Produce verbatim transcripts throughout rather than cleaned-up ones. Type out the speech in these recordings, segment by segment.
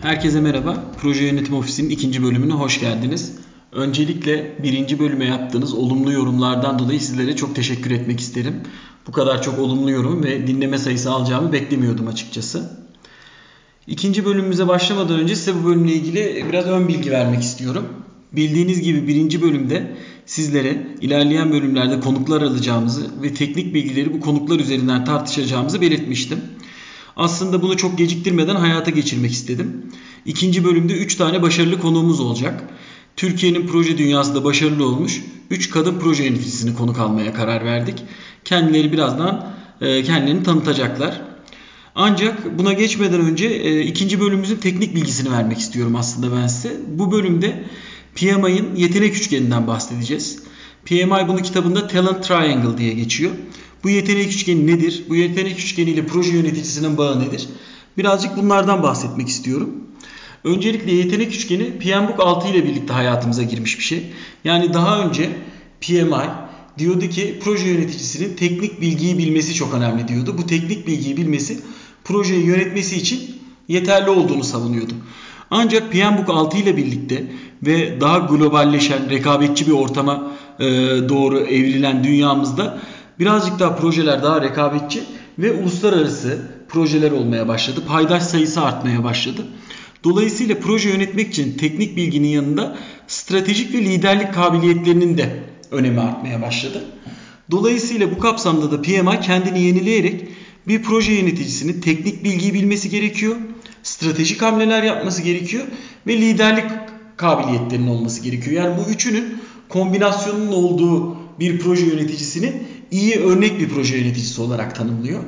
Herkese merhaba. Proje Yönetim Ofisi'nin ikinci bölümüne hoş geldiniz. Öncelikle birinci bölüme yaptığınız olumlu yorumlardan dolayı sizlere çok teşekkür etmek isterim. Bu kadar çok olumlu yorum ve dinleme sayısı alacağımı beklemiyordum açıkçası. İkinci bölümümüze başlamadan önce size bu bölümle ilgili biraz ön bilgi vermek istiyorum. Bildiğiniz gibi birinci bölümde sizlere ilerleyen bölümlerde konuklar alacağımızı ve teknik bilgileri bu konuklar üzerinden tartışacağımızı belirtmiştim. Aslında bunu çok geciktirmeden hayata geçirmek istedim. İkinci bölümde üç tane başarılı konuğumuz olacak. Türkiye'nin proje dünyasında başarılı olmuş üç kadın proje yöneticisini konuk almaya karar verdik. Kendileri birazdan kendilerini tanıtacaklar. Ancak buna geçmeden önce ikinci bölümümüzün teknik bilgisini vermek istiyorum aslında ben size. Bu bölümde P M I'nin yetenek üçgeninden bahsedeceğiz. P M I bunu kitabında Talent Triangle diye geçiyor. Bu yetenek üçgeni nedir? Bu yetenek üçgeniyle proje yöneticisinin bağı nedir? Birazcık bunlardan bahsetmek istiyorum. Öncelikle yetenek üçgeni P M Book altı ile birlikte hayatımıza girmiş bir şey. Yani daha önce P M I diyordu ki proje yöneticisinin teknik bilgiyi bilmesi çok önemli diyordu. Bu teknik bilgiyi bilmesi projeyi yönetmesi için yeterli olduğunu savunuyordu. Ancak P M Book altı ile birlikte ve daha globalleşen, rekabetçi bir ortama doğru evrilen dünyamızda birazcık daha projeler daha rekabetçi ve uluslararası projeler olmaya başladı. Paydaş sayısı artmaya başladı. Dolayısıyla proje yönetmek için teknik bilginin yanında stratejik ve liderlik kabiliyetlerinin de önemi artmaya başladı. Dolayısıyla bu kapsamda da P M I kendini yenileyerek bir proje yöneticisinin teknik bilgiyi bilmesi gerekiyor, stratejik hamleler yapması gerekiyor ve liderlik kabiliyetlerinin olması gerekiyor. Yani bu üçünün kombinasyonunun olduğu bir proje yöneticisini iyi örnek bir proje yöneticisi olarak tanımlıyor.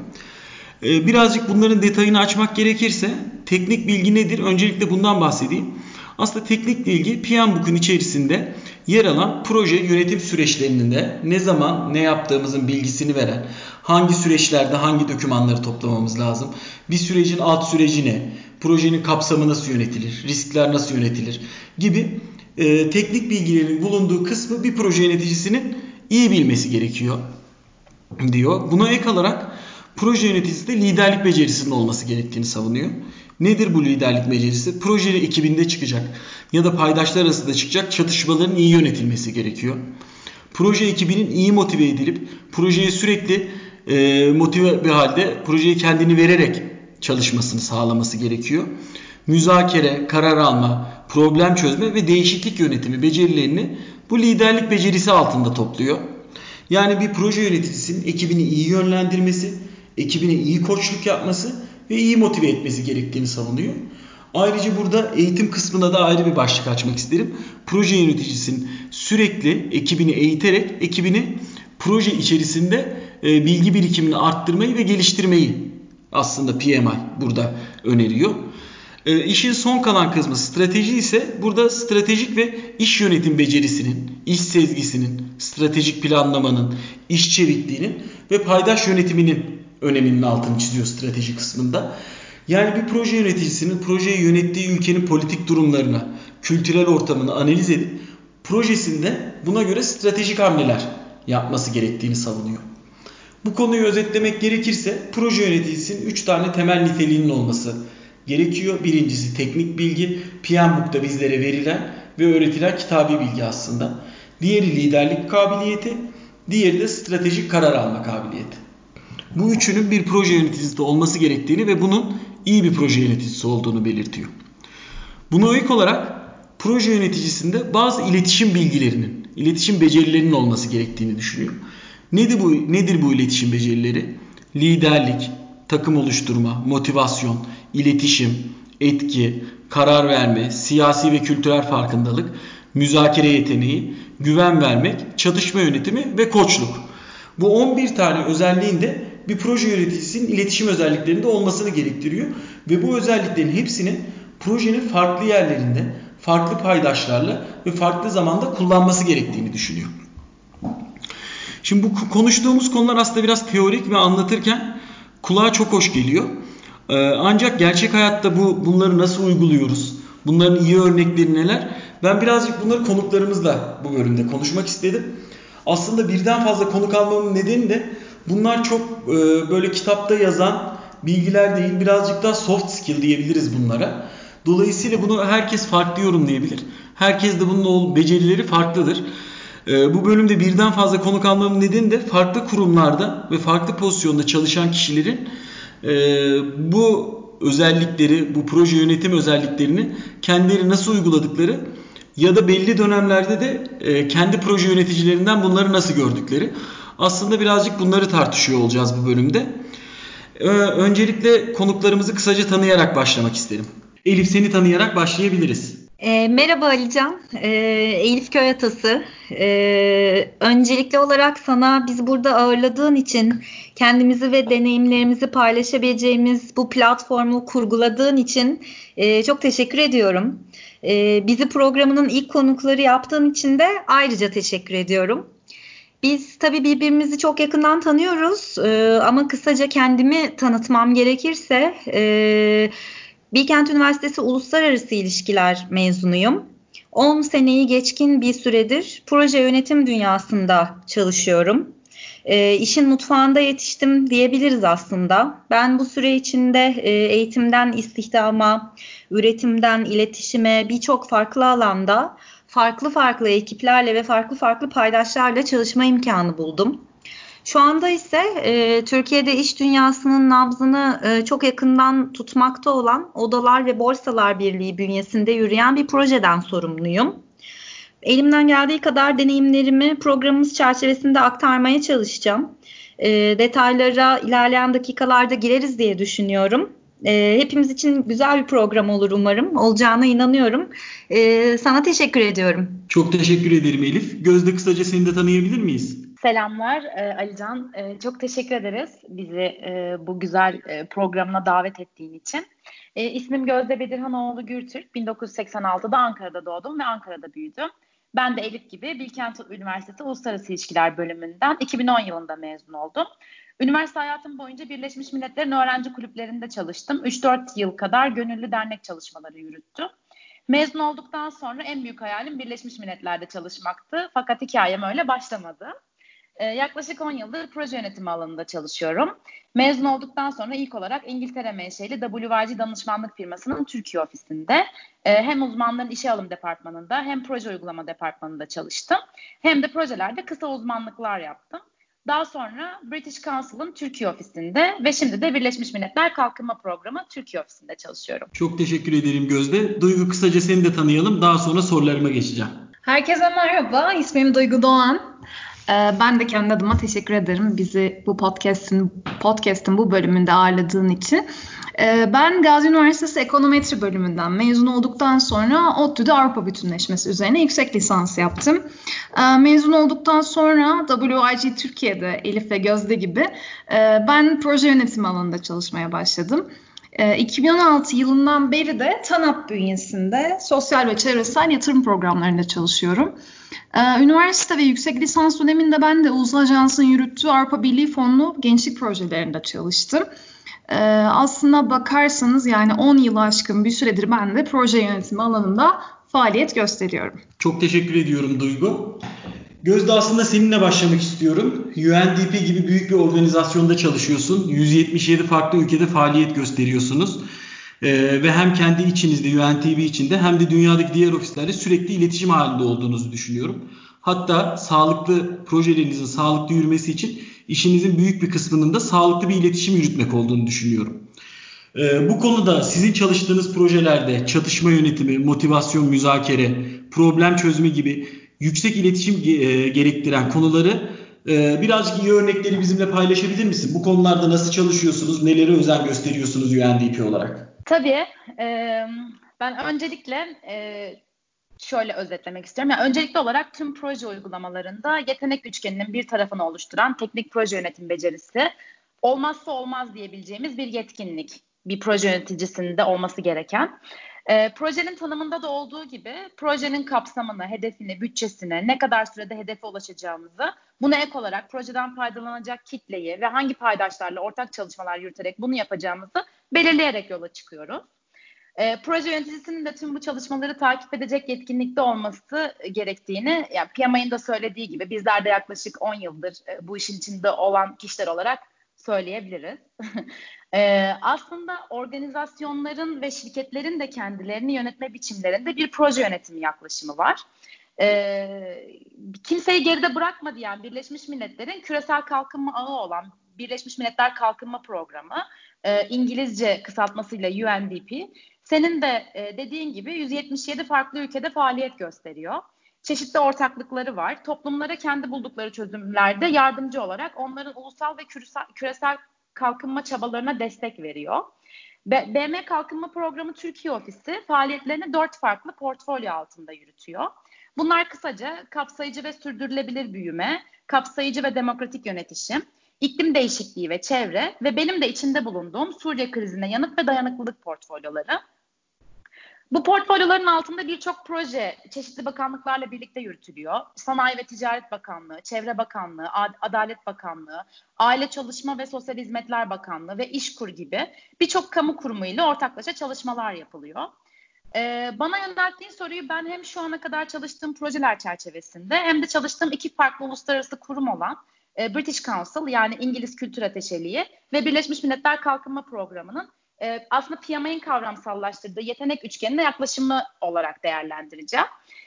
Birazcık bunların detayını açmak gerekirse teknik bilgi nedir? Öncelikle bundan bahsedeyim. Aslında teknik bilgi P M Book'un içerisinde yer alan proje yönetim süreçlerinde ne zaman ne yaptığımızın bilgisini veren, hangi süreçlerde hangi dokümanları toplamamız lazım, bir sürecin alt süreci ne, projenin kapsamı nasıl yönetilir, riskler nasıl yönetilir gibi e, teknik bilgilerin bulunduğu kısmı bir proje yöneticisinin iyi bilmesi gerekiyor diyor. Buna ek olarak proje yöneticisi de liderlik becerisinin olması gerektiğini savunuyor. Nedir bu liderlik becerisi? Proje ekibinde çıkacak ya da paydaşlar arasında çıkacak çatışmaların iyi yönetilmesi gerekiyor. Proje ekibinin iyi motive edilip projeye sürekli e, motive bir halde projeye kendini vererek çalışmasını sağlaması gerekiyor. Müzakere, karar alma, problem çözme ve değişiklik yönetimi becerilerini bu liderlik becerisi altında topluyor. Yani bir proje yöneticisinin ekibini iyi yönlendirmesi, ekibine iyi koçluk yapması ve iyi motive etmesi gerektiğini savunuyor. Ayrıca burada eğitim kısmına da ayrı bir başlık açmak isterim. Proje yöneticisinin sürekli ekibini eğiterek ekibini proje içerisinde bilgi birikimini arttırmayı ve geliştirmeyi aslında P M I burada öneriyor. E, işin son kalan kısmı strateji ise burada stratejik ve iş yönetim becerisinin, iş sezgisinin, stratejik planlamanın, iş çevikliğinin ve paydaş yönetiminin öneminin altını çiziyor strateji kısmında. Yani bir proje yöneticisinin projeyi yönettiği ülkenin politik durumlarına, kültürel ortamını analiz edip projesinde buna göre stratejik hamleler yapması gerektiğini savunuyor. Bu konuyu özetlemek gerekirse proje yöneticisinin üç tane temel niteliğinin olması gerekiyor. Birincisi teknik bilgi, P M Book'ta bizlere verilen ve öğretilen kitabi bilgi aslında. Diğeri liderlik kabiliyeti, diğeri de stratejik karar alma kabiliyeti. Bu üçünün bir proje yöneticisi olması gerektiğini ve bunun iyi bir proje yöneticisi olduğunu belirtiyor. Buna ek olarak proje yöneticisinde bazı iletişim bilgilerinin, iletişim becerilerinin olması gerektiğini düşünüyor. Nedir bu, nedir bu iletişim becerileri? Liderlik, takım oluşturma, motivasyon, iletişim, etki, karar verme, siyasi ve kültürel farkındalık, müzakere yeteneği, güven vermek, çatışma yönetimi ve koçluk. Bu on bir tane özelliğin de bir proje yöneticisinin iletişim özelliklerinde olmasını gerektiriyor. Ve bu özelliklerin hepsini projenin farklı yerlerinde, farklı paydaşlarla ve farklı zamanda kullanması gerektiğini düşünüyor. Şimdi bu konuştuğumuz konular aslında biraz teorik ve anlatırken kulağa çok hoş geliyor. Ee, ancak gerçek hayatta bu bunları nasıl uyguluyoruz? Bunların iyi örnekleri neler? Ben birazcık bunları konuklarımızla bu bölümde konuşmak istedim. Aslında birden fazla konuk almamın nedeni de bunlar çok e, böyle kitapta yazan bilgiler değil, birazcık daha soft skill diyebiliriz bunlara. Dolayısıyla bunu herkes farklı yorumlayabilir. Herkes de bunun o becerileri farklıdır. Ee, bu bölümde birden fazla konuk almamın nedeni de farklı kurumlarda ve farklı pozisyonda çalışan kişilerin e, bu özellikleri, bu proje yönetim özelliklerini kendileri nasıl uyguladıkları ya da belli dönemlerde de e, kendi proje yöneticilerinden bunları nasıl gördükleri. Aslında birazcık bunları tartışıyor olacağız bu bölümde. Ee, öncelikle konuklarımızı kısaca tanıyarak başlamak isterim. Elif, seni tanıyarak başlayabiliriz. E, merhaba Alican, e, Elif Köyatası. E, öncelikli olarak sana bizi burada ağırladığın için, kendimizi ve deneyimlerimizi paylaşabileceğimiz bu platformu kurguladığın için e, çok teşekkür ediyorum. E, bizi programının ilk konukları yaptığın için de ayrıca teşekkür ediyorum. Biz tabii birbirimizi çok yakından tanıyoruz e, ama kısaca kendimi tanıtmam gerekirse... E, Bilkent Üniversitesi Uluslararası İlişkiler mezunuyum. on seneyi geçkin bir süredir proje yönetim dünyasında çalışıyorum. E, işin mutfağında yetiştim diyebiliriz aslında. Ben bu süre içinde e, eğitimden istihdama, üretimden iletişime birçok farklı alanda farklı farklı ekiplerle ve farklı farklı paydaşlarla çalışma imkanı buldum. Şu anda ise e, Türkiye'de iş dünyasının nabzını e, çok yakından tutmakta olan Odalar ve Borsalar Birliği bünyesinde yürüyen bir projeden sorumluyum. Elimden geldiği kadar deneyimlerimi programımız çerçevesinde aktarmaya çalışacağım. E, detaylara ilerleyen dakikalarda gireriz diye düşünüyorum. E, hepimiz için güzel bir program olur umarım. Olacağına inanıyorum. E, sana teşekkür ediyorum. Çok teşekkür ederim Elif. Gözde, kısaca seni de tanıyabilir miyiz? Selamlar e, Alican. E, çok teşekkür ederiz bizi e, bu güzel e, programına davet ettiğin için. E, ismim Gözde Bedirhanoğlu Gürtürk. bin dokuz yüz seksen altıda Ankara'da doğdum ve Ankara'da büyüdüm. Ben de Elif gibi Bilkent Üniversitesi Uluslararası İlişkiler bölümünden iki bin on yılında mezun oldum. Üniversite hayatım boyunca Birleşmiş Milletler'in öğrenci kulüplerinde çalıştım. üç dört yıl kadar gönüllü dernek çalışmaları yürüttüm. Mezun olduktan sonra en büyük hayalim Birleşmiş Milletler'de çalışmaktı. Fakat hikayem öyle başlamadı. Ee, yaklaşık on yıldır proje yönetimi alanında çalışıyorum. Mezun olduktan sonra ilk olarak İngiltere menşeli W Y G danışmanlık firmasının Türkiye ofisinde e, hem uzmanların işe alım departmanında hem proje uygulama departmanında çalıştım. Hem de projelerde kısa uzmanlıklar yaptım. Daha sonra British Council'ın Türkiye ofisinde ve şimdi de Birleşmiş Milletler Kalkınma Programı Türkiye ofisinde çalışıyorum. Çok teşekkür ederim Gözde. Duygu, kısaca seni de tanıyalım. Daha sonra sorularıma geçeceğim. Herkese merhaba, ismim Duygu Doğan. Ee, ben de kendi adıma teşekkür ederim bizi bu podcast'in podcast'in bu bölümünde ağırladığın için. Ee, ben Gazi Üniversitesi Ekonometri bölümünden mezun olduktan sonra ODTÜ'de Avrupa Bütünleşmesi üzerine yüksek lisans yaptım. Ee, mezun olduktan sonra W Y G Türkiye'de Elif ve Gözde gibi e, ben proje yönetimi alanında çalışmaya başladım. iki bin on altı yılından beri de TANAP bünyesinde sosyal ve çevresel yatırım programlarında çalışıyorum. Üniversite ve yüksek lisans döneminde ben de Ulusal Ajans'ın yürüttüğü Avrupa Birliği fonlu gençlik projelerinde çalıştım. Aslına bakarsanız yani on yıl aşkın bir süredir ben de proje yönetimi alanında faaliyet gösteriyorum. Çok teşekkür ediyorum Duygu. Gözde, aslında seninle başlamak istiyorum. U N D P gibi büyük bir organizasyonda çalışıyorsun. yüz yetmiş yedi farklı ülkede faaliyet gösteriyorsunuz. Ee, ve hem kendi içinizde U N D P içinde hem de dünyadaki diğer ofislerle sürekli iletişim halinde olduğunuzu düşünüyorum. Hatta sağlıklı projelerinizin sağlıklı yürümesi için işinizin büyük bir kısmının da sağlıklı bir iletişim yürütmek olduğunu düşünüyorum. Ee, bu konuda sizin çalıştığınız projelerde çatışma yönetimi, motivasyon, müzakere, problem çözümü gibi yüksek iletişim e, gerektiren konuları e, birazcık iyi örnekleri bizimle paylaşabilir misin? Bu konularda nasıl çalışıyorsunuz, nelere özen gösteriyorsunuz U N D P olarak? Tabii. E, ben öncelikle e, şöyle özetlemek istiyorum. Yani öncelikli olarak tüm proje uygulamalarında yetenek üçgeninin bir tarafını oluşturan teknik proje yönetim becerisi olmazsa olmaz diyebileceğimiz bir yetkinlik. Bir proje yöneticisinde olması gereken. E, projenin tanımında da olduğu gibi projenin kapsamını, hedefini, bütçesini, ne kadar sürede hedefe ulaşacağımızı, buna ek olarak projeden faydalanacak kitleyi ve hangi paydaşlarla ortak çalışmalar yürüterek bunu yapacağımızı belirleyerek yola çıkıyoruz. E, proje yöneticisinin de tüm bu çalışmaları takip edecek yetkinlikte olması gerektiğini, yani P M I'nin da söylediği gibi bizler de yaklaşık on yıldır e, bu işin içinde olan kişiler olarak söyleyebiliriz. Ee, aslında organizasyonların ve şirketlerin de kendilerini yönetme biçimlerinde bir proje yönetimi yaklaşımı var. Ee, kimseyi geride bırakma diyen Birleşmiş Milletler'in küresel kalkınma ağı olan Birleşmiş Milletler Kalkınma Programı, e, İngilizce kısaltmasıyla U N D P, senin de e, dediğin gibi yüz yetmiş yedi farklı ülkede faaliyet gösteriyor. Çeşitli ortaklıkları var. Toplumlara kendi buldukları çözümlerde yardımcı olarak onların ulusal ve küresel, küresel kalkınma çabalarına destek veriyor. B M Kalkınma Programı Türkiye Ofisi faaliyetlerini dört farklı portfolyo altında yürütüyor. Bunlar kısaca kapsayıcı ve sürdürülebilir büyüme, kapsayıcı ve demokratik yönetişim, iklim değişikliği ve çevre ve benim de içinde bulunduğum Suriye krizine yanıt ve dayanıklılık portfolyoları. Bu portfolyoların altında birçok proje çeşitli bakanlıklarla birlikte yürütülüyor. Sanayi ve Ticaret Bakanlığı, Çevre Bakanlığı, Adalet Bakanlığı, Aile Çalışma ve Sosyal Hizmetler Bakanlığı ve İşkur gibi birçok kamu kurumuyla ortaklaşa çalışmalar yapılıyor. Ee, bana yönelttiğin soruyu ben hem şu ana kadar çalıştığım projeler çerçevesinde hem de çalıştığım iki farklı uluslararası kurum olan e, British Council, yani İngiliz Kültür Ateşeliği ve Birleşmiş Milletler Kalkınma Programı'nın e, aslında P M I'nin kavramsallaştırdığı yetenek üçgenine yaklaşımı olarak değerlendireceğim.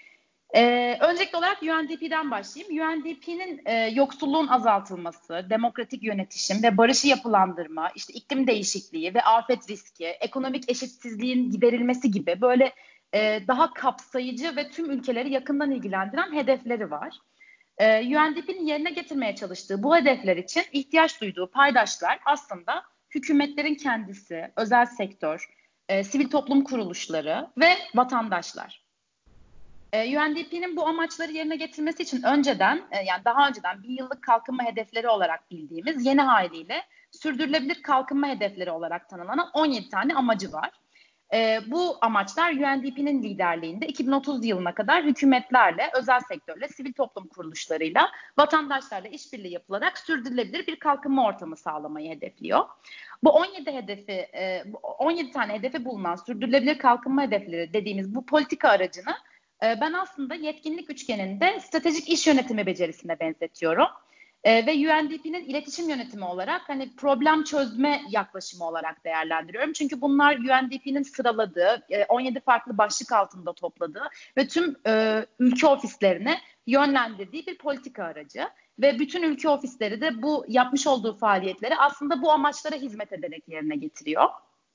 Ee, öncelikli olarak U N D P'den başlayayım. U N D P'nin e, yoksulluğun azaltılması, demokratik yönetişim ve barışı yapılandırma, işte iklim değişikliği ve afet riski, ekonomik eşitsizliğin giderilmesi gibi böyle e, daha kapsayıcı ve tüm ülkeleri yakından ilgilendiren hedefleri var. E, U N D P'nin yerine getirmeye çalıştığı bu hedefler için ihtiyaç duyduğu paydaşlar aslında hükümetlerin kendisi, özel sektör, e, sivil toplum kuruluşları ve vatandaşlar. U N D P'nin bu amaçları yerine getirmesi için önceden, yani daha önceden bin yıllık kalkınma hedefleri olarak bildiğimiz yeni haliyle sürdürülebilir kalkınma hedefleri olarak tanımlanan on yedi tane amacı var. Bu amaçlar U N D P'nin liderliğinde iki bin otuz yılına kadar hükümetlerle, özel sektörle, sivil toplum kuruluşlarıyla, vatandaşlarla işbirliği yapılarak sürdürülebilir bir kalkınma ortamı sağlamayı hedefliyor. Bu on yedi hedefi, on yedi tane hedefi bulunan sürdürülebilir kalkınma hedefleri dediğimiz bu politika aracını ben aslında yetkinlik üçgeninde stratejik iş yönetimi becerisine benzetiyorum. Ee, ve U N D P'nin iletişim yönetimi olarak hani problem çözme yaklaşımı olarak değerlendiriyorum. Çünkü bunlar U N D P'nin sıraladığı, on yedi farklı başlık altında topladığı ve tüm e, ülke ofislerine yönlendirdiği bir politika aracı. Ve bütün ülke ofisleri de bu yapmış olduğu faaliyetleri aslında bu amaçlara hizmet ederek yerine getiriyor.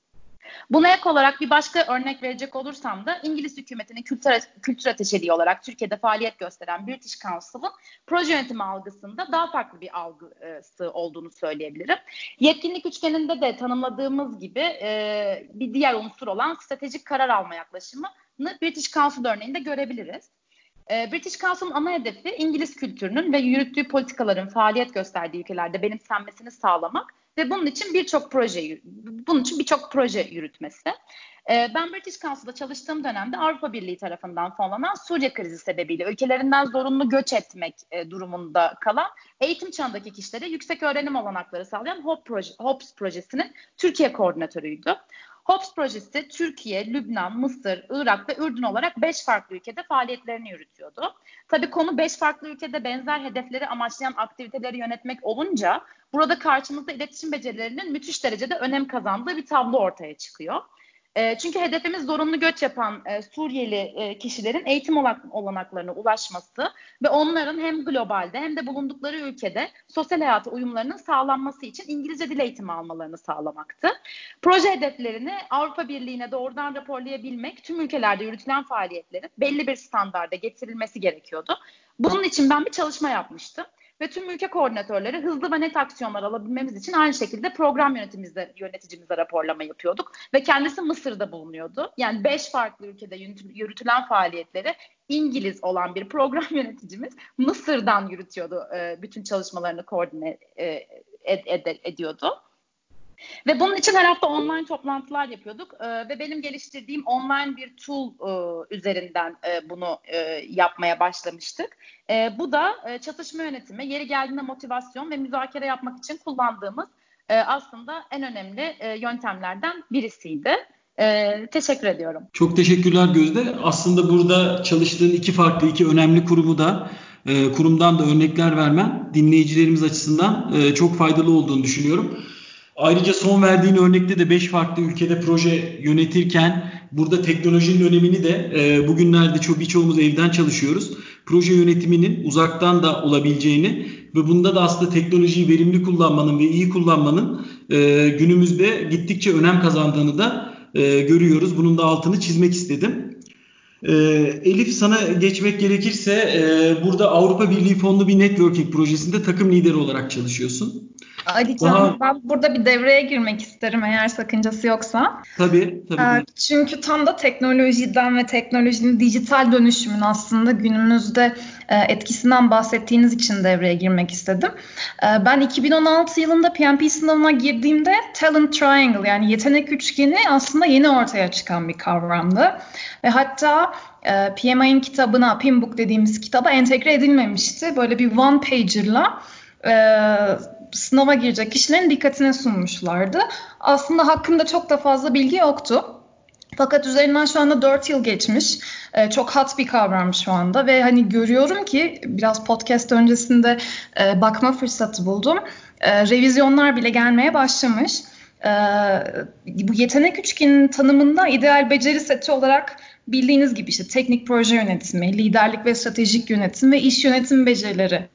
Buna ek olarak bir başka örnek verecek olursam da İngiliz hükümetinin kültür, kültür ateşeliği olarak Türkiye'de faaliyet gösteren British Council'ın proje yönetimi algısında daha farklı bir algısı olduğunu söyleyebilirim. Yetkinlik üçgeninde de tanımladığımız gibi e, bir diğer unsur olan stratejik karar alma yaklaşımını British Council örneğinde görebiliriz. British Council'ın ana hedefi İngiliz kültürünün ve yürüttüğü politikaların faaliyet gösterdiği ülkelerde benimsenmesini sağlamak ve bunun için birçok proje bunun için birçok proje yürütmesi. Ben British Council'da çalıştığım dönemde Avrupa Birliği tarafından fonlanan Suriye krizi sebebiyle ülkelerinden zorunlu göç etmek durumunda kalan eğitim çağındaki kişilere yüksek öğrenim olanakları sağlayan HOP proje, HOPS projesinin Türkiye koordinatörüydü. HOPS projesi Türkiye, Lübnan, Mısır, Irak ve Ürdün olarak beş farklı ülkede faaliyetlerini yürütüyordu. Tabii konu beş farklı ülkede benzer hedefleri amaçlayan aktiviteleri yönetmek olunca burada karşımızda iletişim becerilerinin müthiş derecede önem kazandığı bir tablo ortaya çıkıyor. E, çünkü hedefimiz zorunlu göç yapan e, Suriyeli e, kişilerin eğitim olanaklarına ulaşması ve onların hem globalde hem de bulundukları ülkede sosyal hayata uyumlarının sağlanması için İngilizce dil eğitimi almalarını sağlamaktı. Proje hedeflerini Avrupa Birliği'ne doğrudan raporlayabilmek tüm ülkelerde yürütülen faaliyetlerin belli bir standarda getirilmesi gerekiyordu. Bunun için ben bir çalışma yapmıştım. Ve tüm ülke koordinatörleri hızlı ve net aksiyonlar alabilmemiz için aynı şekilde program yöneticimize, yöneticimize raporlama yapıyorduk. Ve kendisi Mısır'da bulunuyordu. Yani beş farklı ülkede yürütülen faaliyetleri İngiliz olan bir program yöneticimiz Mısır'dan yürütüyordu. Bütün çalışmalarını koordine ed- ed- ediyordu. Ve bunun için her hafta online toplantılar yapıyorduk ee, ve benim geliştirdiğim online bir tool e, üzerinden e, bunu e, yapmaya başlamıştık. E, bu da e, çatışma yönetimi, yeri geldiğinde motivasyon ve müzakere yapmak için kullandığımız e, aslında en önemli e, yöntemlerden birisiydi. E, teşekkür ediyorum. Çok teşekkürler Gözde. Aslında burada çalıştığın iki farklı, iki önemli kurumu da e, kurumdan da örnekler vermen dinleyicilerimiz açısından e, çok faydalı olduğunu düşünüyorum. Ayrıca son verdiğin örnekte de beş farklı ülkede proje yönetirken burada teknolojinin önemini de e, bugünlerde çok birçoğumuz evden çalışıyoruz. Proje yönetiminin uzaktan da olabileceğini ve bunda da aslında teknolojiyi verimli kullanmanın ve iyi kullanmanın e, günümüzde gittikçe önem kazandığını da e, görüyoruz. Bunun da altını çizmek istedim. E, Elif, sana geçmek gerekirse e, burada Avrupa Birliği fonlu bir networking projesinde takım lideri olarak çalışıyorsun. Alican, Daha... ben burada bir devreye girmek isterim eğer sakıncası yoksa. Tabii, tabii. Çünkü tam da teknolojiden ve teknolojinin dijital dönüşümün aslında günümüzde etkisinden bahsettiğiniz için devreye girmek istedim. Ben iki bin on altı yılında P M P sınavına girdiğimde Talent Triangle, yani yetenek üçgeni aslında yeni ortaya çıkan bir kavramdı. Ve hatta P M I'nin kitabına, P M Book dediğimiz kitaba entegre edilmemişti. Böyle bir one pager'la sınava girecek kişilerin dikkatine sunmuşlardı. Aslında hakkında çok da fazla bilgi yoktu. Fakat üzerinden şu anda dört yıl geçmiş. Ee, çok hot bir kavram şu anda ve hani görüyorum ki biraz podcast öncesinde e, bakma fırsatı buldum. E, revizyonlar bile gelmeye başlamış. E, bu yetenek üçgeninin tanımında ideal beceri seti olarak bildiğiniz gibi işte teknik proje yönetimi, liderlik ve stratejik yönetim ve iş yönetim becerileri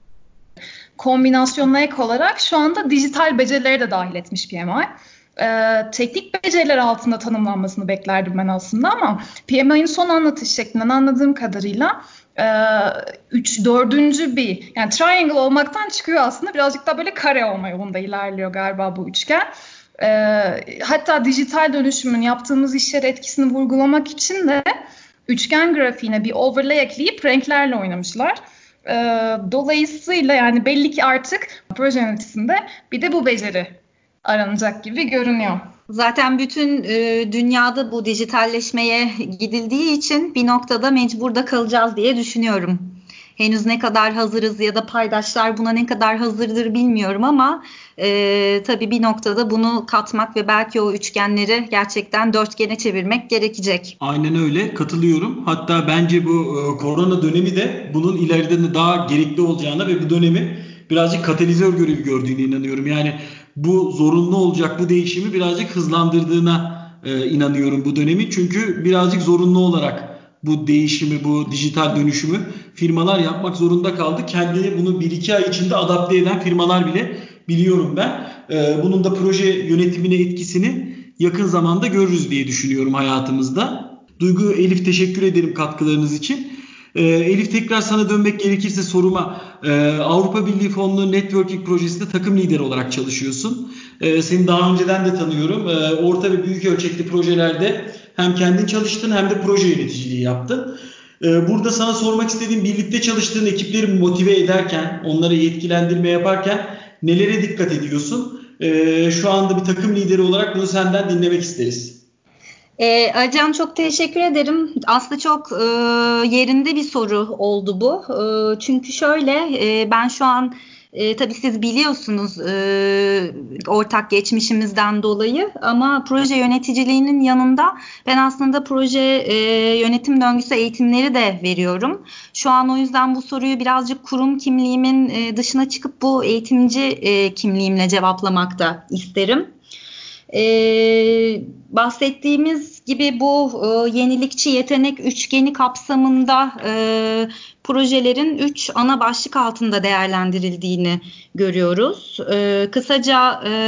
kombinasyonuna ek olarak şu anda dijital becerileri de dahil etmiş P M I. Ee, teknik beceriler altında tanımlanmasını beklerdim ben aslında ama P M I'nin son anlatış şeklinden anladığım kadarıyla e, üç, dördüncü bir, yani triangle olmaktan çıkıyor aslında, birazcık daha böyle kare olma yolunda ilerliyor galiba bu üçgen. E, hatta dijital dönüşümün yaptığımız işlere etkisini vurgulamak için de üçgen grafiğine bir overlay ekleyip renklerle oynamışlar. E, dolayısıyla yani belli ki artık proje yöneticisinde bir de bu beceri aranacak gibi görünüyor. Zaten bütün e, dünyada bu dijitalleşmeye gidildiği için bir noktada mecbur da kalacağız diye düşünüyorum. Henüz ne kadar hazırız ya da paydaşlar buna ne kadar hazırdır bilmiyorum ama e, tabii bir noktada bunu katmak ve belki o üçgenleri gerçekten dörtgene çevirmek gerekecek. Aynen öyle, katılıyorum. Hatta bence bu e, korona dönemi de bunun ileride de daha gerekli olacağına ve bu dönemi birazcık katalizör görevi gördüğüne inanıyorum. Yani bu zorunlu olacak bu değişimi birazcık hızlandırdığına e, inanıyorum bu dönemi. Çünkü birazcık zorunlu olarak bu değişimi, bu dijital dönüşümü firmalar yapmak zorunda kaldı. Kendini bunu bir iki ay içinde adapte eden firmalar bile biliyorum ben. E, bunun da proje yönetimine etkisini yakın zamanda görürüz diye düşünüyorum hayatımızda. Duygu, Elif, teşekkür ederim katkılarınız için. Ee, Elif, tekrar sana dönmek gerekirse soruma, e, Avrupa Birliği fonlu networking projesinde takım lideri olarak çalışıyorsun. E, seni daha önceden de tanıyorum. E, orta ve büyük ölçekli projelerde hem kendin çalıştın hem de proje yöneticiliği yaptın. E, burada sana sormak istediğim, birlikte çalıştığın ekipleri motive ederken, onlara yetkilendirme yaparken nelere dikkat ediyorsun? E, şu anda bir takım lideri olarak bunu senden dinlemek isteriz. E, Acan, çok teşekkür ederim. Aslında çok e, yerinde bir soru oldu bu. E, çünkü şöyle e, ben şu an e, tabii siz biliyorsunuz e, ortak geçmişimizden dolayı ama proje yöneticiliğinin yanında ben aslında proje e, yönetim döngüsü eğitimleri de veriyorum. Şu an o yüzden bu soruyu birazcık kurum kimliğimin e, dışına çıkıp bu eğitimci e, kimliğimle cevaplamak da isterim. Ee, bahsettiğimiz gibi bu e, yenilikçi yetenek üçgeni kapsamında e, projelerin üç ana başlık altında değerlendirildiğini görüyoruz. E, kısaca e,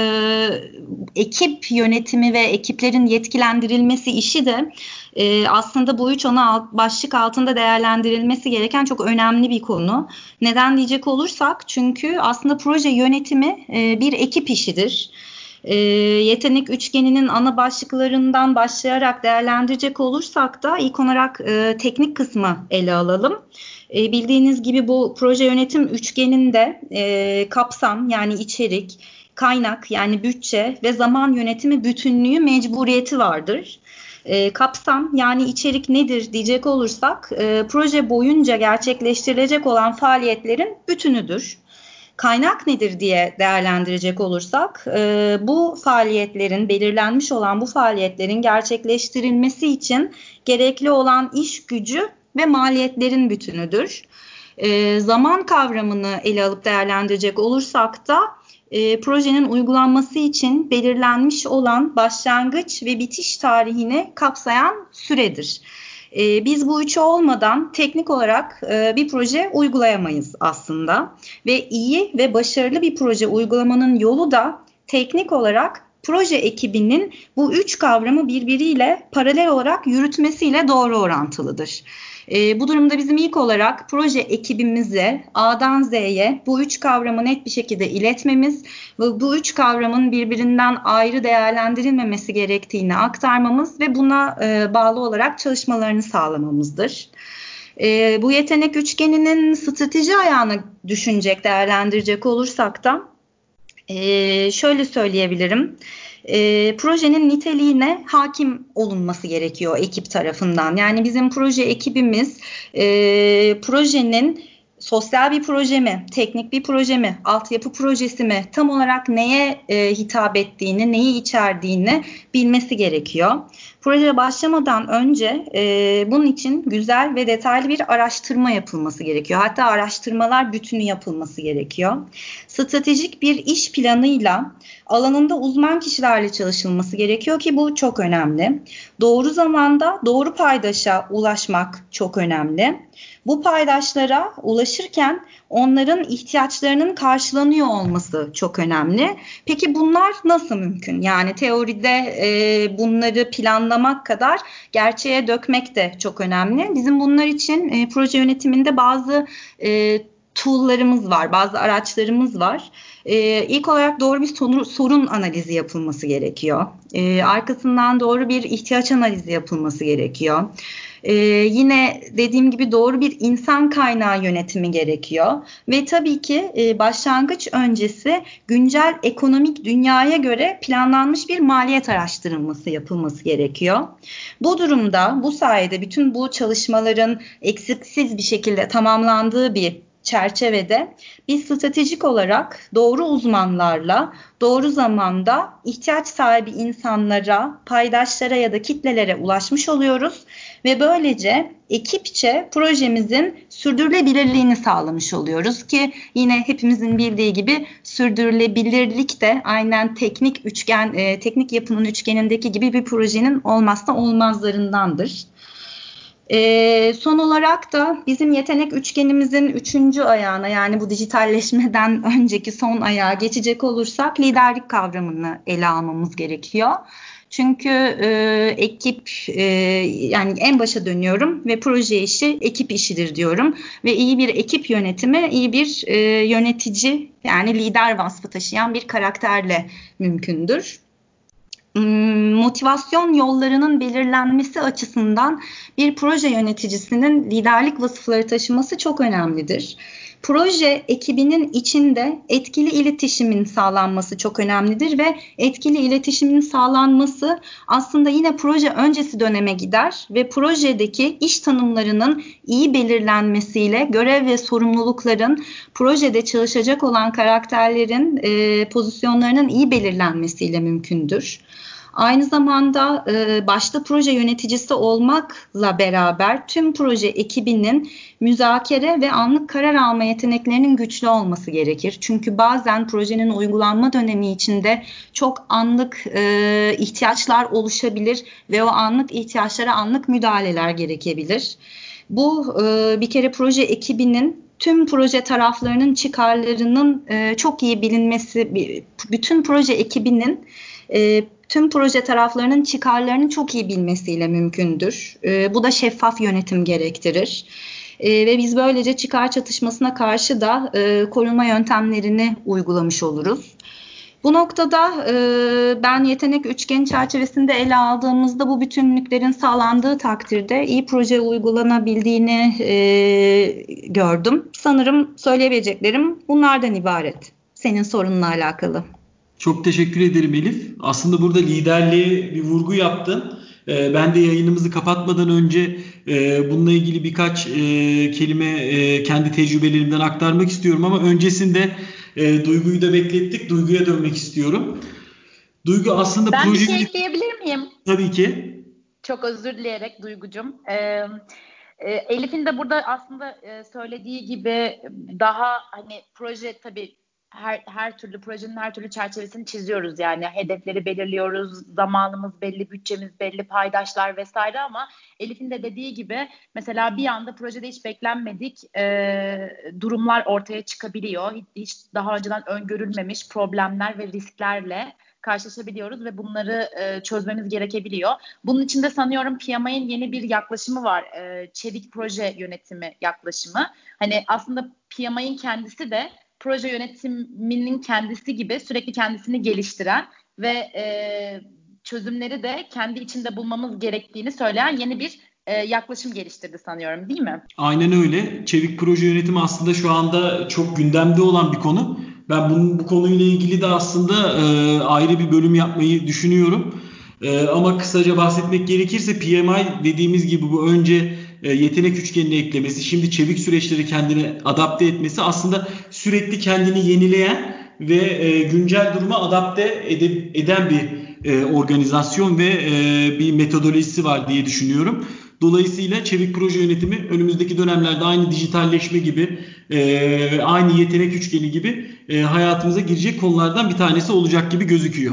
ekip yönetimi ve ekiplerin yetkilendirilmesi işi de e, aslında bu üç ana alt, başlık altında değerlendirilmesi gereken çok önemli bir konu. Neden diyecek olursak, çünkü aslında proje yönetimi e, bir ekip işidir. E, yetenek üçgeninin ana başlıklarından başlayarak değerlendirecek olursak da ilk olarak e, teknik kısmı ele alalım. E, bildiğiniz gibi bu proje yönetim üçgeninde e, kapsam, yani içerik, kaynak yani bütçe ve zaman yönetimi bütünlüğü mecburiyeti vardır. E, kapsam yani içerik nedir diyecek olursak e, proje boyunca gerçekleştirilecek olan faaliyetlerin bütünüdür. Kaynak nedir diye değerlendirecek olursak e, bu faaliyetlerin, belirlenmiş olan bu faaliyetlerin gerçekleştirilmesi için gerekli olan iş gücü ve maliyetlerin bütünüdür. E, zaman kavramını ele alıp değerlendirecek olursak da e, projenin uygulanması için belirlenmiş olan başlangıç ve bitiş tarihini kapsayan süredir. E, biz bu üçü olmadan teknik olarak e, bir proje uygulayamayız aslında ve iyi ve başarılı bir proje uygulamanın yolu da teknik olarak proje ekibinin bu üç kavramı birbiriyle paralel olarak yürütmesiyle doğru orantılıdır. E, bu durumda bizim ilk olarak proje ekibimize A'dan Z'ye bu üç kavramı net bir şekilde iletmemiz ve bu üç kavramın birbirinden ayrı değerlendirilmemesi gerektiğini aktarmamız ve buna e, bağlı olarak çalışmalarını sağlamamızdır. E, bu yetenek üçgeninin strateji ayağını düşünecek, değerlendirecek olursak da e, şöyle söyleyebilirim. E, projenin niteliğine hakim olunması gerekiyor ekip tarafından. Yani bizim proje ekibimiz e, projenin sosyal bir proje mi, teknik bir proje mi, altyapı projesi mi, tam olarak neye e, hitap ettiğini, neyi içerdiğini bilmesi gerekiyor. Projeye başlamadan önce e, bunun için güzel ve detaylı bir araştırma yapılması gerekiyor. Hatta araştırmalar bütünü yapılması gerekiyor. Stratejik bir iş planıyla alanında uzman kişilerle çalışılması gerekiyor ki bu çok önemli. Doğru zamanda doğru paydaşa ulaşmak çok önemli. Bu paydaşlara ulaşırken onların ihtiyaçlarının karşılanıyor olması çok önemli. Peki bunlar nasıl mümkün? Yani teoride e, bunları planlamak kadar gerçeğe dökmek de çok önemli. Bizim bunlar için e, proje yönetiminde bazı e, tool'larımız var, bazı araçlarımız var. Ee, ilk olarak doğru bir sorun, sorun analizi yapılması gerekiyor. Ee, arkasından doğru bir ihtiyaç analizi yapılması gerekiyor. Ee, yine dediğim gibi doğru bir insan kaynağı yönetimi gerekiyor. Ve tabii ki e, başlangıç öncesi güncel ekonomik dünyaya göre planlanmış bir maliyet araştırılması yapılması gerekiyor. Bu durumda, bu sayede bütün bu çalışmaların eksiksiz bir şekilde tamamlandığı bir çerçevede biz stratejik olarak doğru uzmanlarla doğru zamanda ihtiyaç sahibi insanlara, paydaşlara ya da kitlelere ulaşmış oluyoruz ve böylece ekipçe projemizin sürdürülebilirliğini sağlamış oluyoruz ki yine hepimizin bildiği gibi sürdürülebilirlik de aynen teknik üçgen, e, teknik yapının üçgenindeki gibi bir projenin olmazsa olmazlarındandır. Ee, son olarak da bizim yetenek üçgenimizin üçüncü ayağına, yani bu dijitalleşmeden önceki son ayağa geçecek olursak liderlik kavramını ele almamız gerekiyor. Çünkü e, ekip e, yani en başa dönüyorum ve proje işi ekip işidir diyorum ve iyi bir ekip yönetimi iyi bir e, yönetici, yani lider vasfı taşıyan bir karakterle mümkündür. Motivasyon yollarının belirlenmesi açısından bir proje yöneticisinin liderlik vasıfları taşıması çok önemlidir. Proje ekibinin içinde etkili iletişimin sağlanması çok önemlidir ve etkili iletişimin sağlanması aslında yine proje öncesi döneme gider ve projedeki iş tanımlarının iyi belirlenmesiyle görev ve sorumlulukların projede çalışacak olan karakterlerin e, pozisyonlarının iyi belirlenmesiyle mümkündür. Aynı zamanda e, başta proje yöneticisi olmakla beraber tüm proje ekibinin müzakere ve anlık karar alma yeteneklerinin güçlü olması gerekir. Çünkü bazen projenin uygulanma dönemi içinde çok anlık e, ihtiyaçlar oluşabilir ve o anlık ihtiyaçlara anlık müdahaleler gerekebilir. Bu e, bir kere proje ekibinin tüm proje taraflarının çıkarlarının e, çok iyi bilinmesi, bütün proje ekibinin e, tüm proje taraflarının çıkarlarını çok iyi bilmesiyle mümkündür. E, bu da şeffaf yönetim gerektirir. E, ve biz böylece çıkar çatışmasına karşı da e, koruma yöntemlerini uygulamış oluruz. Bu noktada e, ben yetenek üçgeni çerçevesinde ele aldığımızda bu bütünlüklerin sağlandığı takdirde iyi proje uygulanabildiğini e, gördüm. Sanırım söyleyebileceklerim bunlardan ibaret. Senin sorunla alakalı. Çok teşekkür ederim Elif. Aslında burada liderliğe bir vurgu yaptın. Ee, ben de yayınımızı kapatmadan önce e, bununla ilgili birkaç e, kelime e, kendi tecrübelerimden aktarmak istiyorum ama öncesinde e, Duygu'yu da beklettik. Duygu'ya dönmek istiyorum. Duygu aslında ben proje... bir şey ekleyebilir miyim? Tabii ki. Çok özür dileyerek Duygucum. Ee, E, Elif'in de burada aslında e, söylediği gibi daha hani proje tabii her her türlü projenin her türlü çerçevesini çiziyoruz, yani hedefleri belirliyoruz, zamanımız belli, bütçemiz belli, paydaşlar vesaire, ama Elif'in de dediği gibi mesela bir anda projede hiç beklenmedik e, durumlar ortaya çıkabiliyor. Hiç, hiç daha önceden öngörülmemiş problemler ve risklerle karşılaşabiliyoruz ve bunları e, çözmemiz gerekebiliyor. Bunun için de sanıyorum P M I'nin yeni bir yaklaşımı var. E, çevik proje yönetimi yaklaşımı. Hani aslında P M I'nin kendisi de proje yönetiminin kendisi gibi sürekli kendisini geliştiren ve e, çözümleri de kendi içinde bulmamız gerektiğini söyleyen yeni bir e, yaklaşım geliştirdi sanıyorum, değil mi? Aynen öyle. Çevik proje yönetimi aslında şu anda çok gündemde olan bir konu. Ben bunun bu konuyla ilgili de aslında e, ayrı bir bölüm yapmayı düşünüyorum. E, ama kısaca bahsetmek gerekirse P M I dediğimiz gibi bu önce e, yetenek üçgenini eklemesi, şimdi çevik süreçleri kendine adapte etmesi, aslında sürekli kendini yenileyen ve e, güncel duruma adapte ede, eden bir e, organizasyon ve e, bir metodolojisi var diye düşünüyorum. Dolayısıyla çevik proje yönetimi önümüzdeki dönemlerde aynı dijitalleşme gibi, e, aynı yetenek üçgeni gibi e, hayatımıza girecek konulardan bir tanesi olacak gibi gözüküyor.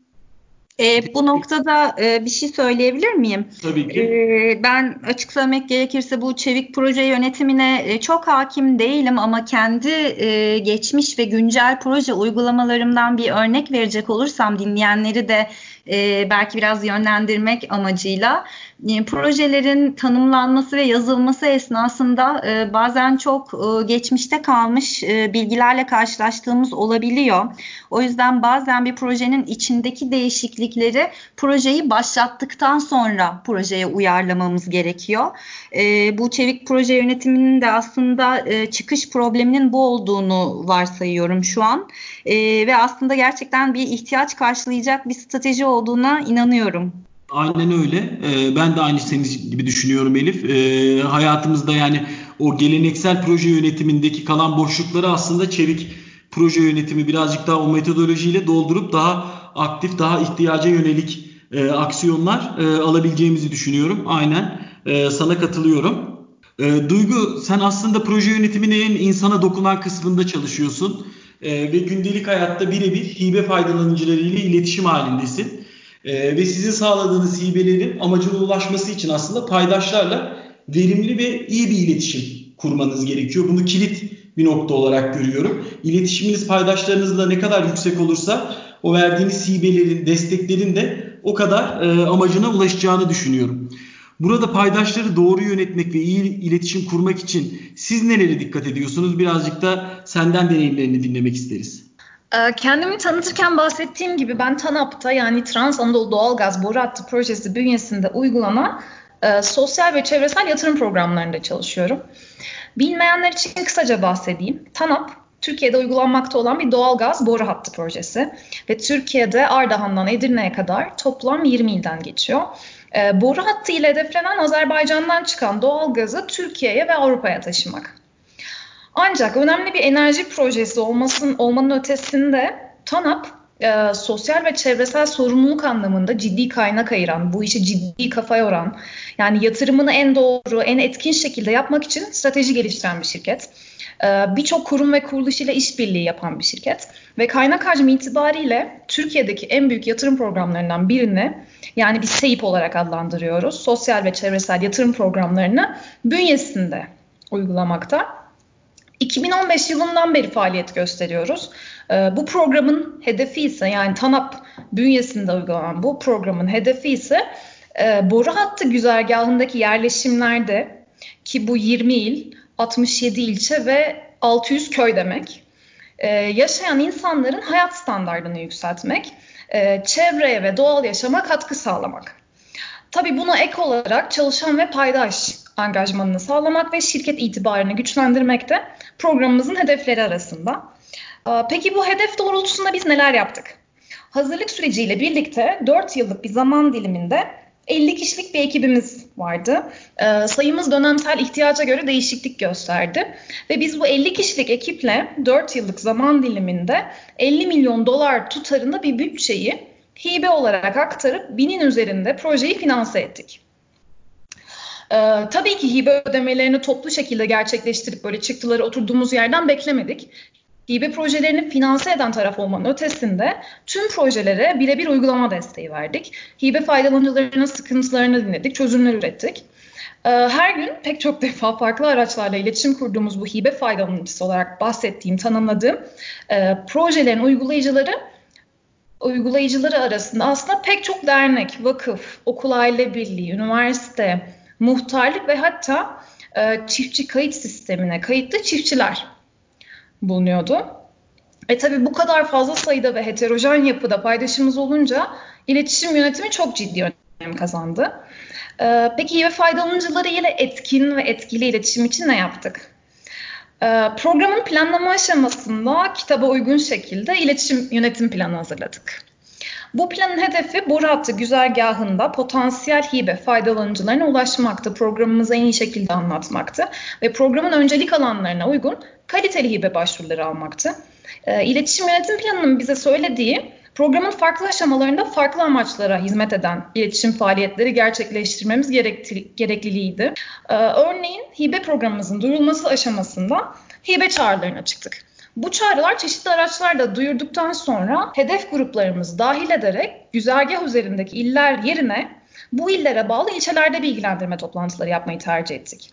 E, bu noktada e, bir şey söyleyebilir miyim? Tabii ki. E, ben açık söylemek gerekirse bu çevik proje yönetimine e, çok hakim değilim, ama kendi e, geçmiş ve güncel proje uygulamalarımdan bir örnek verecek olursam dinleyenleri de e, belki biraz yönlendirmek amacıyla, e, projelerin tanımlanması ve yazılması esnasında e, bazen çok e, geçmişte kalmış e, bilgilerle karşılaştığımız olabiliyor. O yüzden bazen bir projenin içindeki değişiklikleri projeyi başlattıktan sonra projeye uyarlamamız gerekiyor. E, bu çevik proje yönetiminin de aslında e, çıkış probleminin bu olduğunu varsayıyorum şu an. E, ve aslında gerçekten bir ihtiyaç karşılayacak bir strateji olduğuna inanıyorum. Aynen öyle. Ee, ben de aynı senin gibi düşünüyorum Elif. Ee, hayatımızda yani o geleneksel proje yönetimindeki kalan boşlukları aslında çevik proje yönetimi birazcık daha o metodolojiyle doldurup daha aktif, daha ihtiyaca yönelik e, aksiyonlar e, alabileceğimizi düşünüyorum. Aynen. E, sana katılıyorum. E, Duygu, sen aslında proje yönetiminin en insana dokunan kısmında çalışıyorsun. E, ve gündelik hayatta birebir hibe faydalanıcılarıyla iletişim halindesin. Ee, ve sizin sağladığınız hibelerin amacına ulaşması için aslında paydaşlarla verimli ve iyi bir iletişim kurmanız gerekiyor. Bunu kilit bir nokta olarak görüyorum. İletişiminiz paydaşlarınızla ne kadar yüksek olursa o verdiğiniz hibelerin, desteklerin de o kadar e, amacına ulaşacağını düşünüyorum. Burada paydaşları doğru yönetmek ve iyi iletişim kurmak için siz nelere dikkat ediyorsunuz? Birazcık da senden deneyimlerini dinlemek isteriz. Kendimi tanıtırken bahsettiğim gibi ben TANAP'ta, yani Trans Anadolu Doğalgaz Boru Hattı Projesi bünyesinde uygulanan e, sosyal ve çevresel yatırım programlarında çalışıyorum. Bilmeyenler için kısaca bahsedeyim. TANAP, Türkiye'de uygulanmakta olan bir doğalgaz boru hattı projesi ve Türkiye'de Ardahan'dan Edirne'ye kadar toplam yirmi ilden geçiyor. E, boru hattı ile hedeflenen Azerbaycan'dan çıkan doğalgazı Türkiye'ye ve Avrupa'ya taşımak. Ancak önemli bir enerji projesi olmasının, olmanın ötesinde TANAP e, sosyal ve çevresel sorumluluk anlamında ciddi kaynak ayıran, bu işe ciddi kafa yoran, yani yatırımını en doğru, en etkin şekilde yapmak için strateji geliştiren bir şirket. E, Birçok kurum ve kuruluş ile işbirliği yapan bir şirket ve kaynak hacmi itibariyle Türkiye'deki en büyük yatırım programlarından birini, yani biz SEYIP olarak adlandırıyoruz, sosyal ve çevresel yatırım programlarını bünyesinde uygulamakta. iki bin on beş yılından beri faaliyet gösteriyoruz. Ee, bu programın hedefi ise, yani TANAP bünyesinde uygulanan bu programın hedefi ise e, boru hattı güzergahındaki yerleşimlerde, ki bu yirmi il, altmış yedi ilçe ve altı yüz köy demek, e, yaşayan insanların hayat standartını yükseltmek, e, çevreye ve doğal yaşama katkı sağlamak. Tabii buna ek olarak çalışan ve paydaş angajmanını sağlamak ve şirket itibarını güçlendirmek de programımızın hedefleri arasında. Peki bu hedef doğrultusunda biz neler yaptık? Hazırlık süreciyle birlikte dört yıllık bir zaman diliminde elli kişilik bir ekibimiz vardı. Sayımız dönemsel ihtiyaca göre değişiklik gösterdi. Ve biz bu elli kişilik ekiple dört yıllık zaman diliminde elli milyon dolar tutarında bir bütçeyi hibe olarak aktarıp binin üzerinde projeyi finanse ettik. Ee, tabii ki hibe ödemelerini toplu şekilde gerçekleştirip böyle çıktıları oturduğumuz yerden beklemedik. Hibe projelerini finanse eden taraf olmanın ötesinde tüm projelere birebir uygulama desteği verdik. Hibe faydalanıcılarının sıkıntılarını dinledik, çözümler ürettik. Ee, her gün pek çok defa farklı araçlarla iletişim kurduğumuz bu hibe faydalanıcısı olarak bahsettiğim, tanımladığım e, projelerin uygulayıcıları uygulayıcıları arasında aslında pek çok dernek, vakıf, okul aile birliği, üniversite, muhtarlık ve hatta e, çiftçi kayıt sistemine kayıtlı çiftçiler bulunuyordu. E tabii bu kadar fazla sayıda ve heterojen yapıda paydaşımız olunca iletişim yönetimi çok ciddi önem kazandı. E, peki hibe faydalanıcıları ile etkin ve etkili iletişim için ne yaptık? E, programın planlama aşamasında kitaba uygun şekilde iletişim yönetim planı hazırladık. Bu planın hedefi boru hattı güzergahında potansiyel hibe faydalanıcılarına ulaşmaktı, programımızı en iyi şekilde anlatmaktı ve programın öncelik alanlarına uygun kaliteli hibe başvuruları almaktı. E, iletişim yönetim planının bize söylediği programın farklı aşamalarında farklı amaçlara hizmet eden iletişim faaliyetleri gerçekleştirmemiz gerekli, gerekliliğiydi. E, örneğin hibe programımızın duyurulması aşamasında hibe çağrılarına çıktık. Bu çağrılar çeşitli araçlarla duyurduktan sonra hedef gruplarımızı dahil ederek güzergah üzerindeki iller yerine bu illere bağlı ilçelerde bilgilendirme toplantıları yapmayı tercih ettik.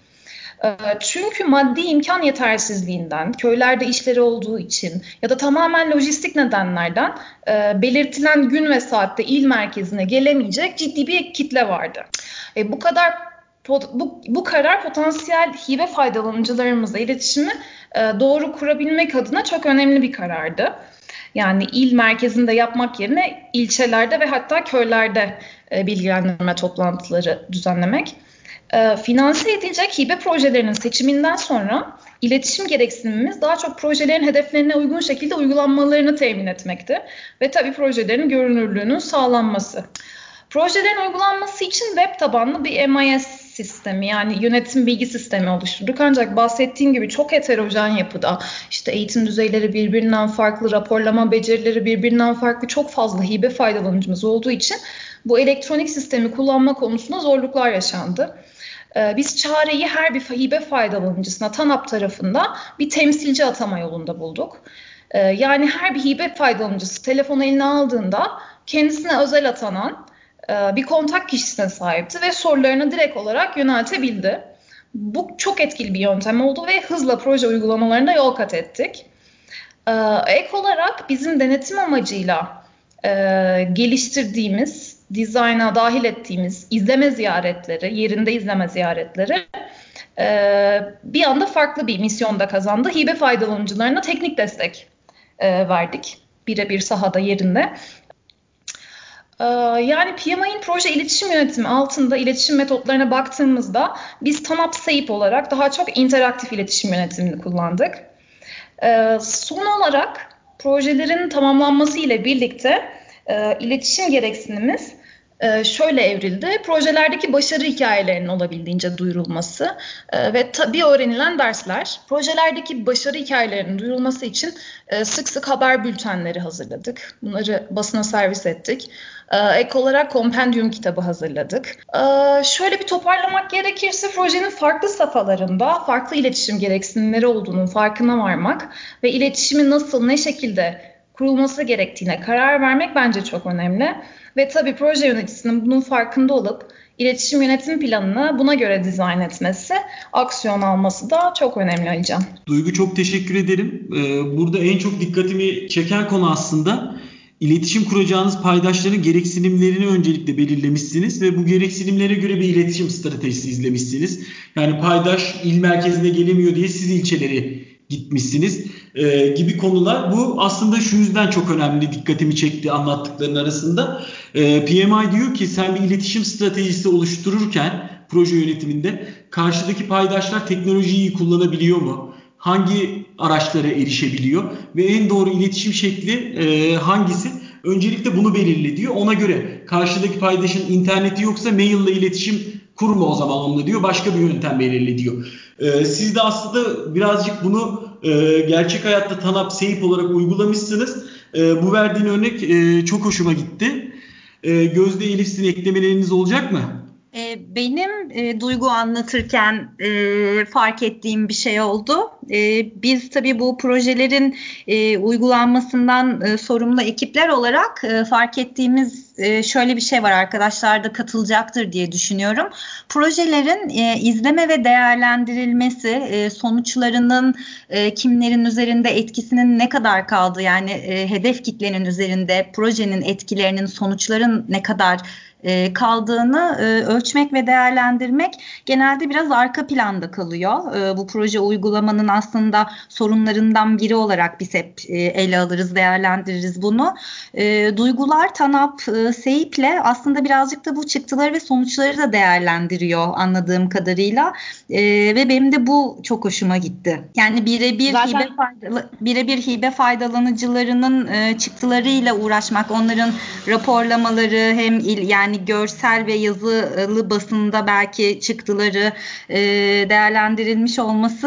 Çünkü maddi imkan yetersizliğinden, köylerde işleri olduğu için ya da tamamen lojistik nedenlerden e, belirtilen gün ve saatte il merkezine gelemeyecek ciddi bir kitle vardı. E, bu kadar bu, bu karar potansiyel hibe faydalanıcılarımızla iletişimi e, doğru kurabilmek adına çok önemli bir karardı. Yani il merkezinde yapmak yerine ilçelerde ve hatta köylerde e, bilgilendirme toplantıları düzenlemek. E, finanse edilecek hibe projelerinin seçiminden sonra iletişim gereksinimimiz daha çok projelerin hedeflerine uygun şekilde uygulanmalarını temin etmekti. Ve tabii projelerin görünürlüğünün sağlanması. Projelerin uygulanması için web tabanlı bir M I S sistemi, yani yönetim bilgi sistemi oluşturduk. Ancak bahsettiğim gibi çok heterojen yapıda, işte eğitim düzeyleri birbirinden farklı, raporlama becerileri birbirinden farklı çok fazla hibe faydalanıcımız olduğu için bu elektronik sistemi kullanma konusunda zorluklar yaşandı. Biz çareyi her bir hibe faydalanıcısına TANAP tarafında bir temsilci atama yolunda bulduk. Yani her bir hibe faydalanıcısı telefonu eline aldığında kendisine özel atanan bir kontak kişisine sahipti ve sorularını direkt olarak yöneltebildi. Bu çok etkili bir yöntem oldu ve hızla proje uygulamalarında yol kat ettik. Ek olarak bizim denetim amacıyla geliştirdiğimiz, dizayna dahil ettiğimiz izleme ziyaretleri, yerinde izleme ziyaretleri bir anda farklı bir misyonda kazandı. Hibe faydalanıcılarına teknik destek verdik. Birebir sahada, yerinde. Yani P M I'nin proje iletişim yönetimi altında iletişim metotlarına baktığımızda biz TANAP SEIP olarak daha çok interaktif iletişim yönetimini kullandık. Son olarak projelerin tamamlanması ile birlikte iletişim gereksinimimiz şöyle evrildi. Projelerdeki başarı hikayelerinin olabildiğince duyurulması ve tabii öğrenilen dersler. Projelerdeki başarı hikayelerinin duyurulması için sık sık haber bültenleri hazırladık. Bunları basına servis ettik. Ek olarak kompendyum kitabı hazırladık. Şöyle bir toparlamak gerekirse projenin farklı safhalarında farklı iletişim gereksinimleri olduğunun farkına varmak ve iletişimin nasıl, ne şekilde kurulması gerektiğine karar vermek bence çok önemli. Ve tabii proje yöneticisinin bunun farkında olup iletişim yönetim planını buna göre dizayn etmesi, aksiyon alması da çok önemli Alican. Duygu, çok teşekkür ederim. Burada en çok dikkatimi çeken konu aslında iletişim kuracağınız paydaşların gereksinimlerini öncelikle belirlemişsiniz ve bu gereksinimlere göre bir iletişim stratejisi izlemişsiniz. Yani paydaş il merkezine gelemiyor diye siz ilçeleri gitmişsiniz e, gibi konular. Bu aslında şu yüzden çok önemli, dikkatimi çekti anlattıkların arasında. E, P M I diyor ki sen bir iletişim stratejisi oluştururken proje yönetiminde karşıdaki paydaşlar teknolojiyi iyi kullanabiliyor mu? Hangi araçlara erişebiliyor? Ve en doğru iletişim şekli e, hangisi? Öncelikle bunu belirle diyor. Ona göre karşıdaki paydaşın interneti yoksa mail ile iletişim kurma o zaman onunla diyor. Başka bir yöntem belirle diyor. Ee, siz de aslında birazcık bunu e, gerçek hayatta TANAP SEIP olarak uygulamışsınız. E, bu verdiğin örnek e, çok hoşuma gitti. E, Gözde, Elif, sizin eklemeleriniz olacak mı? Benim e, duygu anlatırken e, fark ettiğim bir şey oldu. E, biz tabii bu projelerin e, uygulanmasından e, sorumlu ekipler olarak e, fark ettiğimiz e, şöyle bir şey var, arkadaşlar da katılacaktır diye düşünüyorum. Projelerin e, izleme ve değerlendirilmesi, e, sonuçlarının e, kimlerin üzerinde etkisinin ne kadar kaldığı, yani e, hedef kitlenin üzerinde projenin etkilerinin, sonuçların ne kadar E, kaldığını e, ölçmek ve değerlendirmek genelde biraz arka planda kalıyor. E, bu proje uygulamanın aslında sorunlarından biri olarak biz hep e, ele alırız, değerlendiririz bunu. E, duygular, TANAP, e, SEİP'le aslında birazcık da bu çıktıları ve sonuçları da değerlendiriyor anladığım kadarıyla. E, ve benim de bu çok hoşuma gitti. Yani birebir Zaten... hibe faydalı, birebir hibe faydalanıcılarının e, çıktılarıyla uğraşmak, onların raporlamaları, hem il, yani görsel ve yazılı basında belki çıktıları e, değerlendirilmiş olması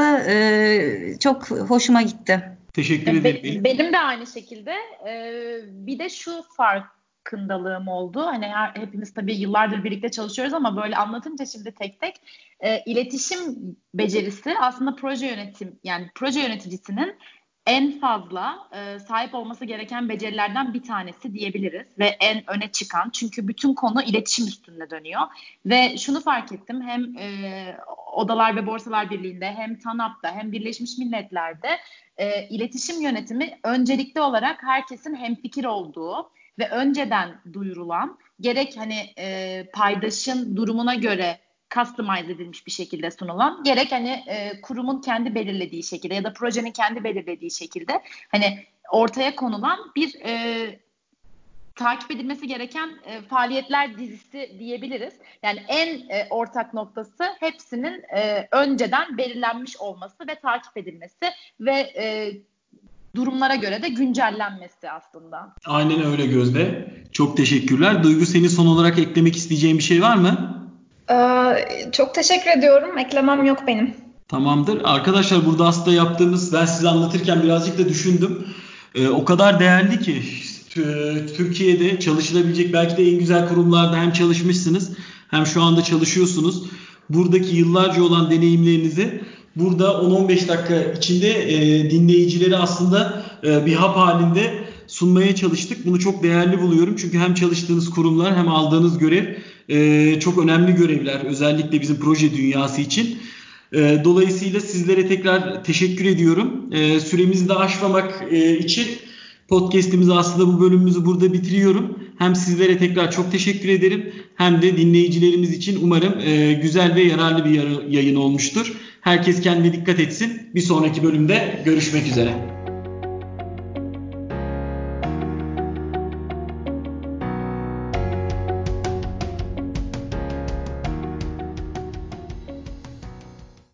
e, çok hoşuma gitti. Teşekkür ederim. Benim de aynı şekilde. Ee, bir de şu farkındalığım oldu. Hani her, hepimiz tabii yıllardır birlikte çalışıyoruz ama böyle anlatınca şimdi tek tek e, iletişim becerisi aslında proje yönetim, yani proje yöneticisinin en fazla e, sahip olması gereken becerilerden bir tanesi diyebiliriz ve en öne çıkan, çünkü bütün konu iletişim üstünde dönüyor ve şunu fark ettim, hem e, Odalar ve Borsalar Birliği'nde hem TANAP'ta hem Birleşmiş Milletler'de e, iletişim yönetimi öncelikli olarak herkesin hemfikir olduğu ve önceden duyurulan, gerek hani e, paydaşın durumuna göre customize edilmiş bir şekilde sunulan, gerek hani e, kurumun kendi belirlediği şekilde ya da projenin kendi belirlediği şekilde hani ortaya konulan bir e, takip edilmesi gereken e, faaliyetler dizisi diyebiliriz. Yani en e, ortak noktası hepsinin e, önceden belirlenmiş olması ve takip edilmesi ve e, durumlara göre de güncellenmesi aslında. Aynen öyle Gözde. Çok teşekkürler. Duygu, senin son olarak eklemek isteyeceğin bir şey var mı? Ee, çok teşekkür ediyorum. Eklemem yok benim. Tamamdır. Arkadaşlar, burada aslında yaptığımız, ben size anlatırken birazcık da düşündüm. Ee, o kadar değerli ki Türkiye'de çalışılabilecek belki de en güzel kurumlarda hem çalışmışsınız hem şu anda çalışıyorsunuz. Buradaki yıllarca olan deneyimlerinizi burada on on beş dakika içinde e, dinleyicileri aslında e, bir hap halinde sunmaya çalıştık. Bunu çok değerli buluyorum. Çünkü hem çalıştığınız kurumlar hem aldığınız görev e, çok önemli görevler. Özellikle bizim proje dünyası için. E, dolayısıyla sizlere tekrar teşekkür ediyorum. E, süremizi de aşmamak e, için podcast'imizi, aslında bu bölümümüzü burada bitiriyorum. Hem sizlere tekrar çok teşekkür ederim, hem de dinleyicilerimiz için umarım e, güzel ve yararlı bir yayın olmuştur. Herkes kendine dikkat etsin. Bir sonraki bölümde görüşmek üzere.